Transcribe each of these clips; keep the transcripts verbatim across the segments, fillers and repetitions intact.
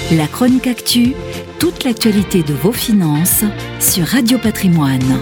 La chronique actu, toute l'actualité de vos finances sur Radio Patrimoine.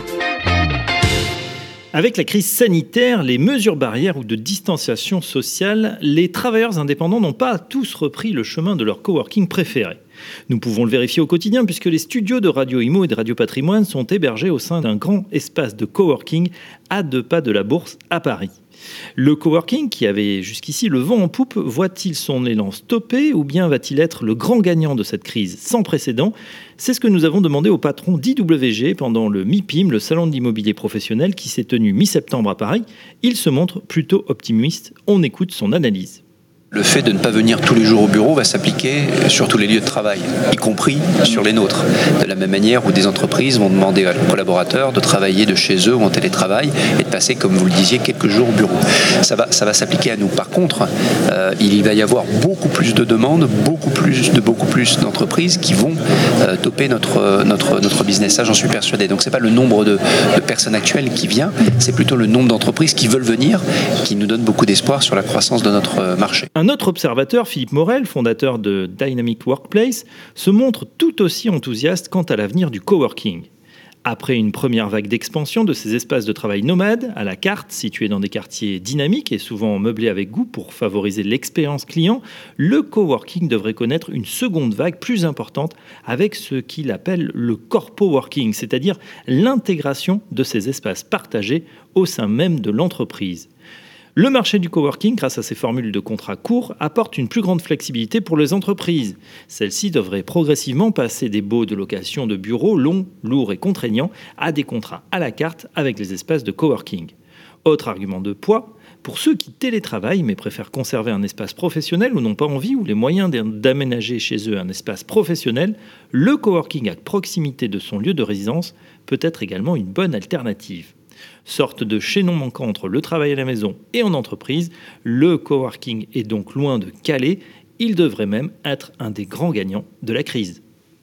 Avec la crise sanitaire, les mesures barrières ou de distanciation sociale, les travailleurs indépendants n'ont pas tous repris le chemin de leur coworking préféré. Nous pouvons le vérifier au quotidien puisque les studios de Radio Imo et de Radio Patrimoine sont hébergés au sein d'un grand espace de coworking à deux pas de la Bourse à Paris. Le coworking, qui avait jusqu'ici le vent en poupe, voit-il son élan stopper ou bien va-t-il être le grand gagnant de cette crise sans précédent ? C'est ce que nous avons demandé au patron d'I W G pendant le MIPIM, le salon de l'immobilier professionnel qui s'est tenu mi-septembre à Paris. Il se montre plutôt optimiste. On écoute son analyse. Le fait de ne pas venir tous les jours au bureau va s'appliquer sur tous les lieux de travail, y compris sur les nôtres. De la même manière où des entreprises vont demander à leurs collaborateurs de travailler de chez eux ou en télétravail et de passer, comme vous le disiez, quelques jours au bureau. Ça va, ça va s'appliquer à nous. Par contre, euh, il va y avoir beaucoup plus de demandes, beaucoup plus de beaucoup plus d'entreprises qui vont euh, toper notre, notre, notre business. Ça, j'en suis persuadé. Donc, c'est pas le nombre de, de personnes actuelles qui vient, c'est plutôt le nombre d'entreprises qui veulent venir, qui nous donne beaucoup d'espoir sur la croissance de notre marché. Un autre observateur, Philippe Morel, fondateur de Dynamic Workplace, se montre tout aussi enthousiaste quant à l'avenir du coworking. Après une première vague d'expansion de ces espaces de travail nomades, à la carte, situés dans des quartiers dynamiques et souvent meublés avec goût pour favoriser l'expérience client, le coworking devrait connaître une seconde vague plus importante avec ce qu'il appelle le corpo-working, c'est-à-dire l'intégration de ces espaces partagés au sein même de l'entreprise. Le marché du coworking, grâce à ses formules de contrats courts, apporte une plus grande flexibilité pour les entreprises. Celles-ci devraient progressivement passer des baux de location de bureaux longs, lourds et contraignants à des contrats à la carte avec les espaces de coworking. Autre argument de poids, pour ceux qui télétravaillent mais préfèrent conserver un espace professionnel ou n'ont pas envie ou les moyens d'aménager chez eux un espace professionnel, le coworking à proximité de son lieu de résidence peut être également une bonne alternative. Sorte de chaînon manquant entre le travail à la maison et en entreprise, le coworking est donc loin de caler, il devrait même être un des grands gagnants de la crise.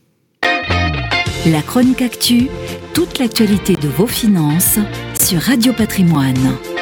La chronique actu, toute l'actualité de vos finances sur Radio Patrimoine.